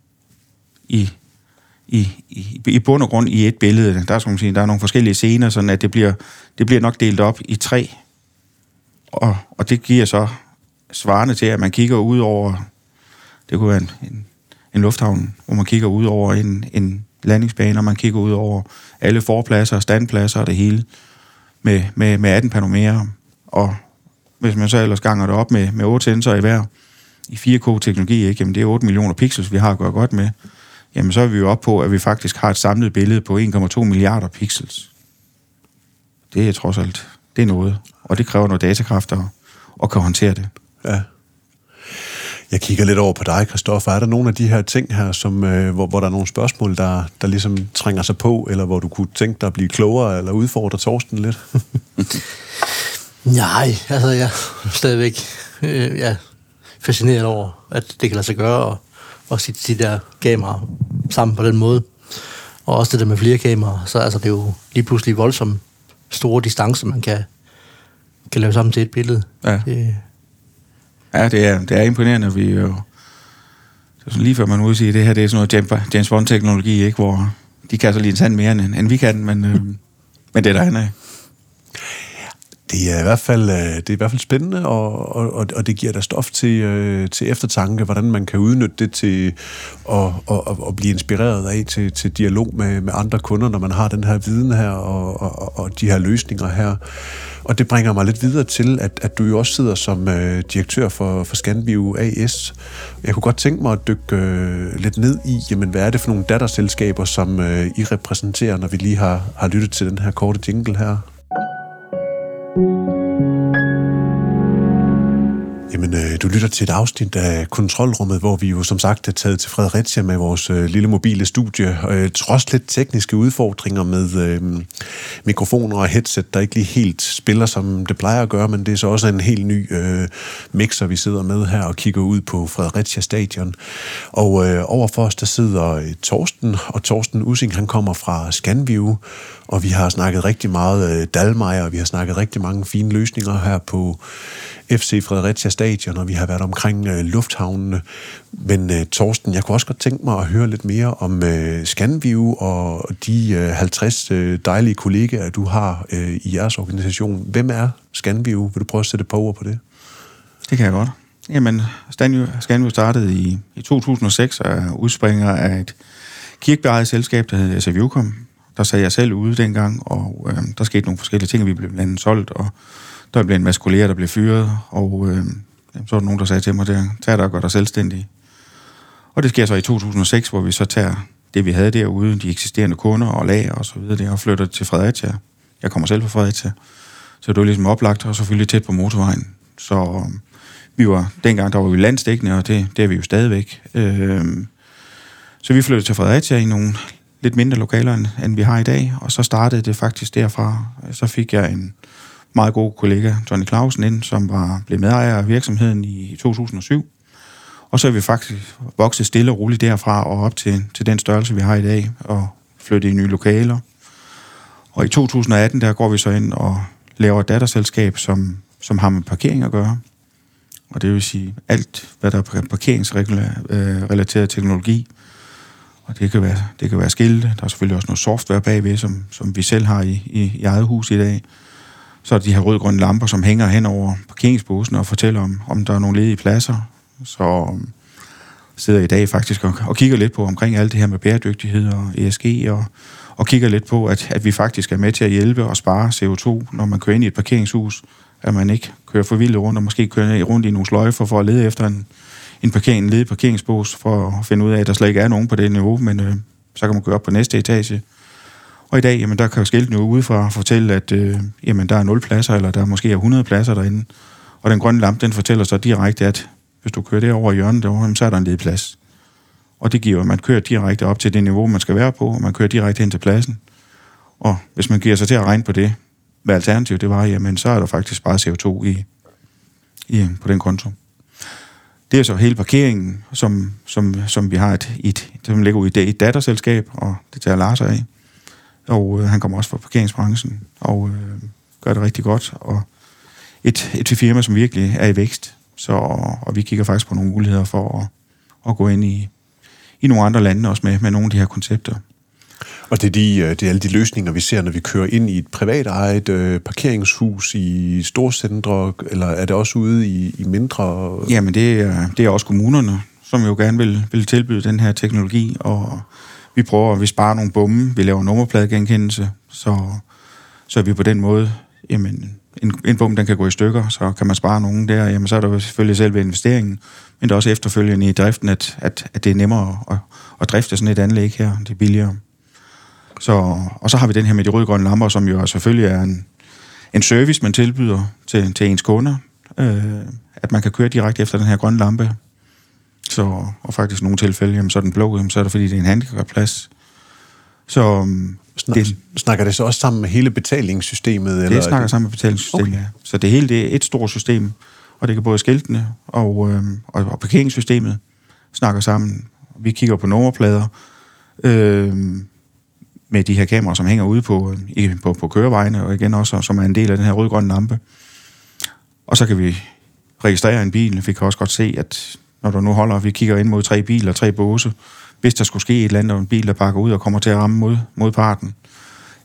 i bund og grund i et billede. Der er nogle forskellige scener, sådan at det bliver nok delt op i 3. Og det giver så svarende til, at man kigger ud over, det kunne være en lufthavn, hvor man kigger ud over en landingsbane, og man kigger ud over alle forpladser, standpladser og det hele med 18 Panomera. Og hvis man så ellers ganger det op med 8 sensorer i hver, i 4K-teknologi, ikke? Jamen det er 8 millioner pixels, vi har at gøre godt med. Jamen så er vi jo oppe på, at vi faktisk har et samlet billede på 1,2 milliarder pixels. Det er trods alt, det er noget. Og det kræver noget datakraft at kan håndtere det. Ja. Jeg kigger lidt over på dig, Christoffer. Er der nogle af de her ting her, som, hvor der er nogle spørgsmål, der ligesom trænger sig på, eller hvor du kunne tænke dig at blive klogere, eller udfordre Torsten lidt? Nej, altså jeg er stadigvæk fascineret over, at det kan lade sig gøre, og sætte de der kameraer sammen på den måde. Og også det der med flere kameraer, så altså, det er jo lige pludselig voldsomt store distancer, man kan lave sammen til et billede. Ja. Ja, det er imponerende. Vi jo, så lige før man udsiger, det her det er sådan noget James Bond-teknologi, ikke, hvor de kan så lige en sand mere, end vi kan, men det er der, han er. Det er i hvert fald spændende, og det giver dig stof til eftertanke, hvordan man kan udnytte det til at blive inspireret af til dialog med andre kunder, når man har den her viden her og de her løsninger her. Og det bringer mig lidt videre til, at du jo også sidder som direktør for Scanview AS. Jeg kunne godt tænke mig at dykke lidt ned i, jamen, hvad er det for nogle datterselskaber, som I repræsenterer, når vi lige har lyttet til den her korte jingle her? Jamen, du lytter til et afsnit af Kontrolrummet, hvor vi jo som sagt er taget til Fredericia med vores lille mobile studie. Trods lidt tekniske udfordringer med mikrofoner og headset, der ikke lige helt spiller, som det plejer at gøre, men det er så også en helt ny mixer, vi sidder med her og kigger ud på Fredericia Stadion. Og overfor os, der sidder Torsten, og Torsten Ussing, han kommer fra Scanview, og vi har snakket rigtig meget Dalmeier, og vi har snakket rigtig mange fine løsninger her på FC Fredericia Stadion, og vi har været omkring lufthavnene. Men Torsten, jeg kunne også godt tænke mig at høre lidt mere om Scanview og de 50 dejlige kollegaer, du har i jeres organisation. Hvem er Scanview? Vil du prøve at sætte på ord på det? Det kan jeg godt. Jamen, Scanview startede i 2006 og udspringer af et kirkebeejet selskab, der hed SF Viewcom. Der sad jeg selv ude dengang, og der skete nogle forskellige ting, vi blev blandt andet solgt, og der blev en masse kolleger, der blev fyret, og så var der nogen, der sagde til mig, tag dig og gør dig selvstændig. Og det sker så i 2006, hvor vi så tager det, vi havde derude, de eksisterende kunder og lager og så videre, og flytter til Fredericia. Jeg kommer selv fra Fredericia, så det var ligesom oplagt, og selvfølgelig tæt på motorvejen. Så dengang der var vi landsdækkende, og det er vi jo stadigvæk. Så vi flyttede til Fredericia i nogle lidt mindre lokaler, end vi har i dag, og så startede det faktisk derfra. Så fik jeg en meget god kollega, Johnny Clausen, ind, som blev medejer af virksomheden i 2007. Og så er vi faktisk vokset stille og roligt derfra og op til den størrelse, vi har i dag, og flyttet i nye lokaler. Og i 2018, der går vi så ind og laver et datterselskab, som har med parkering at gøre. Og det vil sige alt, hvad der er parkeringsrelateret teknologi. Og det kan være skilte. Der er selvfølgelig også noget software bagved, som vi selv har i eget hus i dag. Så er de her rød-grønne lamper, som hænger hen over parkeringsbåsen og fortæller om der er nogle ledige pladser. Så sidder jeg i dag faktisk og kigger lidt på omkring alt det her med bæredygtighed og ESG, og kigger lidt på, at vi faktisk er med til at hjælpe og spare CO2, når man kører ind i et parkeringshus, at man ikke kører for vildt rundt, og måske kører rundt i nogle sløjfer for at lede efter en ledig parkeringsbås, for at finde ud af, at der slet ikke er nogen på det niveau, men så kan man køre op på næste etage. Og i dag, jamen, der kan jo skiltene jo udefra fortælle, at jamen, der er 0 pladser, eller der måske er 100 pladser derinde. Og den grønne lampe, den fortæller så direkte, at hvis du kører derover i hjørnet derovre, så er der en ledig plads. Og det giver, at man kører direkte op til det niveau, man skal være på, og man kører direkte hen til pladsen. Og hvis man giver sig til at regne på det, hvad alternativet det var, jamen, så er der faktisk bare CO2 på den konto. Det er så hele parkeringen, som vi har som ligger ud i et datterselskab, og det tager Lars af. Og han kommer også fra parkeringsbranchen, og gør det rigtig godt. Og et firma, som virkelig er i vækst. Og vi kigger faktisk på nogle muligheder for at gå ind i nogle andre lande, også med nogle af de her koncepter. Og det er alle de løsninger, vi ser, når vi kører ind i et privatejet parkeringshus i storcentre, eller er det også ude i mindre? Jamen, det er også kommunerne, som jo gerne vil tilbyde den her teknologi, og vi sparer nogle bomme, vi laver nummerpladegenkendelse, så vi på den måde, jamen, en bom, den kan gå i stykker, så kan man spare nogen der, jamen, så er der selvfølgelig selve investeringen, men det er også efterfølgende i driften, at det er nemmere at drifte sådan et anlæg her, det er billigere. Og så har vi den her med de rød-grønne lamper, som jo selvfølgelig er en service, man tilbyder til ens kunder, at man kan køre direkte efter den her grønne lampe. Og faktisk i nogle tilfælde, jamen, så er den blå, jamen, så er det fordi, det er en handicapplads. Snakker det så også sammen med hele betalingssystemet? Det snakker sammen med betalingssystemet, okay. Ja. Så det hele det er et stort system, og det kan både skiltene og parkeringssystemet snakker sammen. Vi kigger på nummerplader med de her kameraer, som hænger ude på kørevejene, og igen også, som er en del af den her rød-grønne lampe. Og så kan vi registrere en bil. Vi kan også godt se, at når du nu holder, vi kigger ind mod 3 biler, 3 båse, hvis der skulle ske et eller andet, og en bil, der bakker ud og kommer til at ramme modparten,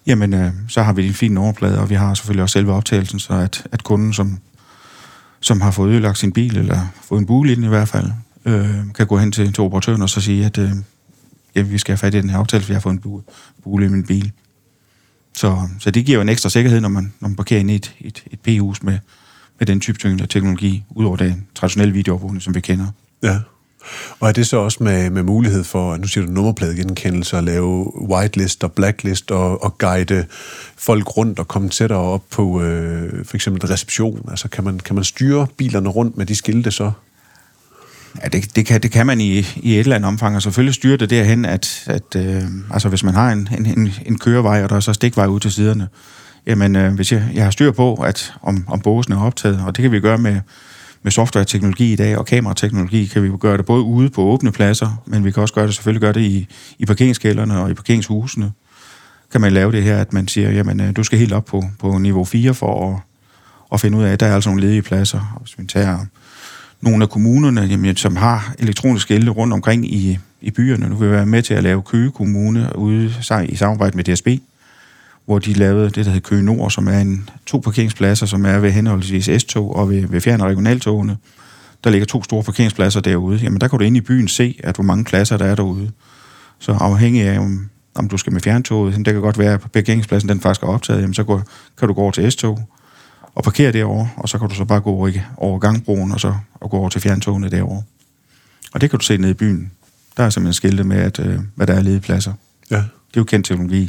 Jamen, så har vi en fin nummerplade, og vi har selvfølgelig også selve optagelsen, så at kunden, som har fået ødelagt sin bil, eller fået en bule i den i hvert fald, kan gå hen til operatøren og så sige, at vi skal have fat i den her optagelse, vi har fået en bule i min bil. Så det giver jo en ekstra sikkerhed, når man parkerer ind i et P-hus med den type teknologi, udover den traditionelle videoovervågning, som vi kender. Ja. Og er det så også med mulighed for, nu siger du nummerpladegenkendelse, at lave whitelist og blacklist og guide folk rundt og komme tættere op på for eksempel reception? Altså kan man styre bilerne rundt med de skilte så? Ja, det kan man i et eller andet omfang, og selvfølgelig styre det derhen, at altså hvis man har en kørevej, og der er så stikvej ud til siderne, jamen hvis jeg har styr på, at om båsen er optaget, og det kan vi gøre med software-teknologi i dag, og kamerateknologi, kan vi jo gøre det både ude på åbne pladser, men vi kan også selvfølgelig gøre det i parkeringskælderne og i parkeringshusene. Kan man lave det her, at man siger, jamen du skal helt op på niveau 4 for at finde ud af, at der er altså nogle ledige pladser. Og hvis vi tager nogle af kommunerne, jamen, som har elektroniske skilte rundt omkring i byerne, nu vil vi være med til at lave Køge Kommune ude i samarbejde med DSB, hvor de lavede det, der hedder Køge Nord, som er 2 parkeringspladser, som er ved henholdsvis S-tog og ved fjern- og regionaltogene. Der ligger 2 store parkeringspladser derude. Jamen, der kan du ind i byen se, hvor mange pladser der er derude. Så afhængig af, om du skal med fjerntoget, det kan godt være, at parkeringspladsen den faktisk er optaget, jamen, så kan du gå over til S-tog og parkere derovre, og så kan du så bare gå over gangbroen og gå over til fjerntogene derovre. Og det kan du se nede i byen. Der er simpelthen skilte med, hvad der er ledige pladser. Ja. Det er jo kendt teknologi.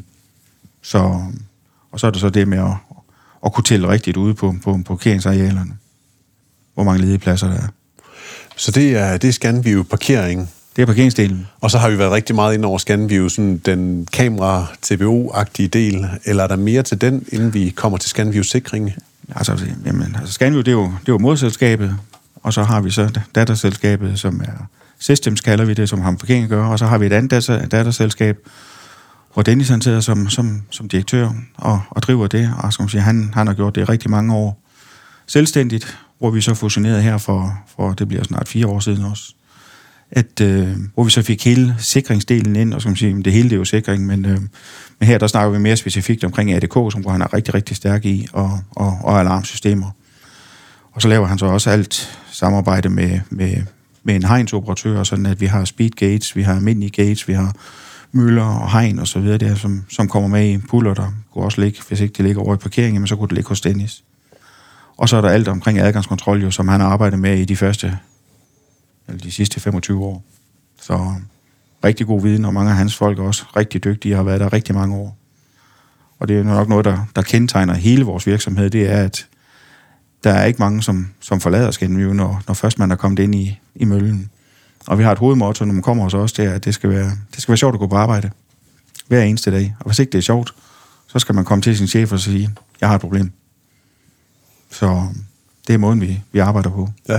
Og så er det så det med at kunne tælle rigtigt ude på parkeringsarealerne, hvor mange ledige pladser der er. Så det er ScanView parkering? Det er parkeringsdelen. Og så har vi været rigtig meget ind over ScanView, sådan den kamera-TBO-agtige del, eller er der mere til den, inden vi kommer til ScanView-sikring? Altså ScanView, det er jo moderselskabet, og så har vi så datterselskabet, som er Systems, kalder vi det, som har med parkering at gøre, og så har vi et andet datterselskab, hvor Dennis han sidder som direktør og driver det, og skal man sige, han har gjort det i rigtig mange år selvstændigt, hvor vi så fusionerede her for det bliver snart 4 år siden også, hvor vi så fik hele sikringsdelen ind, og skal man sige, det hele det er jo sikring, men her der snakker vi mere specifikt omkring ADK, som han er rigtig, rigtig stærk i, og alarmsystemer. Og så laver han så også alt samarbejde med en hegnsoperatør, sådan at vi har speed gates, vi har almindelige gates, vi har møller og hegn og så videre der, som kommer med i puller, der kunne også ligge, hvis ikke det ligger over i parkeringen, men så kunne det ligge hos Dennis. Og så er der alt omkring adgangskontrol, jo, som han har arbejdet med i de sidste 25 år. Så rigtig god viden, og mange af hans folk er også rigtig dygtige og har været der rigtig mange år. Og det er nok noget, der kendetegner hele vores virksomhed, det er, at der er ikke mange, som forlader ScanView, når først man er kommet ind i møllen. Og vi har et hovedmotto, når man kommer hos os, det er, at det skal være sjovt at gå på arbejde hver eneste dag. Og hvis ikke det er sjovt, så skal man komme til sin chef og sige, jeg har et problem. Så det er måden, vi arbejder på. Ja.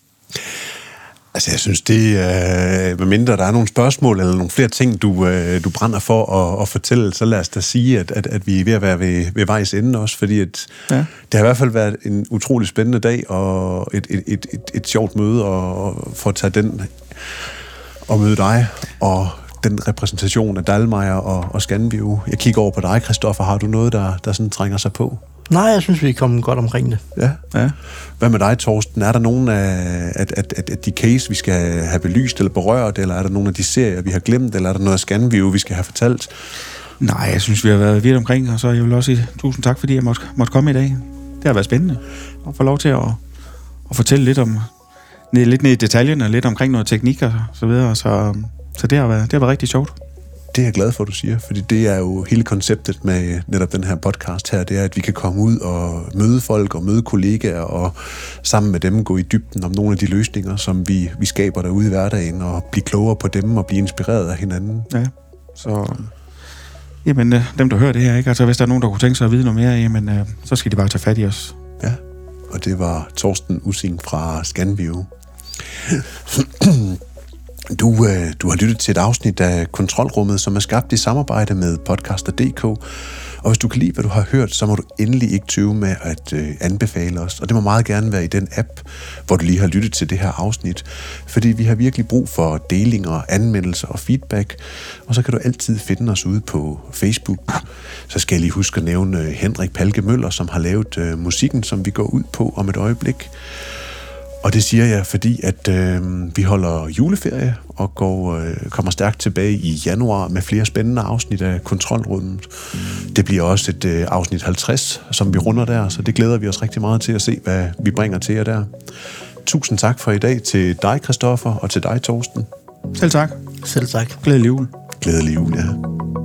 Altså, jeg synes, det er, medmindre der er nogle spørgsmål eller nogle flere ting, du brænder for at fortælle, så lad os da sige, at vi er ved at være ved vejs ende også, fordi det har i hvert fald været en utrolig spændende dag, og et sjovt møde, og for at tage den og møde dig, og den repræsentation af Dallmeier og ScanView. Jeg kigger over på dig, Christoffer. Har du noget, der sådan trænger sig på? Nej, jeg synes, vi er kommet godt omkring det. Ja. Hvad med dig, Torsten? Er der nogen af de case, vi skal have belyst eller berørt, eller er der nogle af de serier, vi har glemt, eller er der noget af ScanView, vi skal have fortalt? Nej, jeg synes, vi har været vidt omkring, og så jeg vil også sige tusind tak, fordi jeg måtte komme i dag. Det har været spændende at få lov til at fortælle lidt ned i detaljerne, lidt omkring noget teknik og så videre, så det har været rigtig sjovt. Det er jeg glad for, at du siger, fordi det er jo hele konceptet med netop den her podcast her, det er, at vi kan komme ud og møde folk og møde kollegaer og sammen med dem gå i dybden om nogle af de løsninger, som vi skaber derude i hverdagen, og blive klogere på dem og blive inspireret af hinanden. Ja, så jamen, dem der hører det her, ikke? Altså hvis der er nogen, der kunne tænke sig at vide noget mere, jamen, så skal de bare tage fat i os. Ja, og det var Torsten Ussing fra ScanView. Du har lyttet til et afsnit af Kontrolrummet, som er skabt i samarbejde med Podcaster.dk, Og hvis du kan lide, hvad du har hørt, så må du endelig ikke tøve med at anbefale os. Og det må meget gerne være i den app, hvor du lige har lyttet til det her afsnit. Fordi vi har virkelig brug for delinger, anmeldelser og feedback. Og så kan du altid finde os ude på Facebook. Så skal jeg lige huske at nævne Henrik Palke Møller, som har lavet musikken, som vi går ud på om et øjeblik. Og det siger jeg, fordi at vi holder juleferie og kommer stærkt tilbage i januar med flere spændende afsnit af Kontrolrummet. Det bliver også et afsnit 50, som vi runder der, så det glæder vi os rigtig meget til at se, hvad vi bringer til jer der. Tusind tak for i dag til dig, Christoffer, og til dig, Torsten. Selv tak. Selv tak. Glædelig jul. Glædelig jul, ja.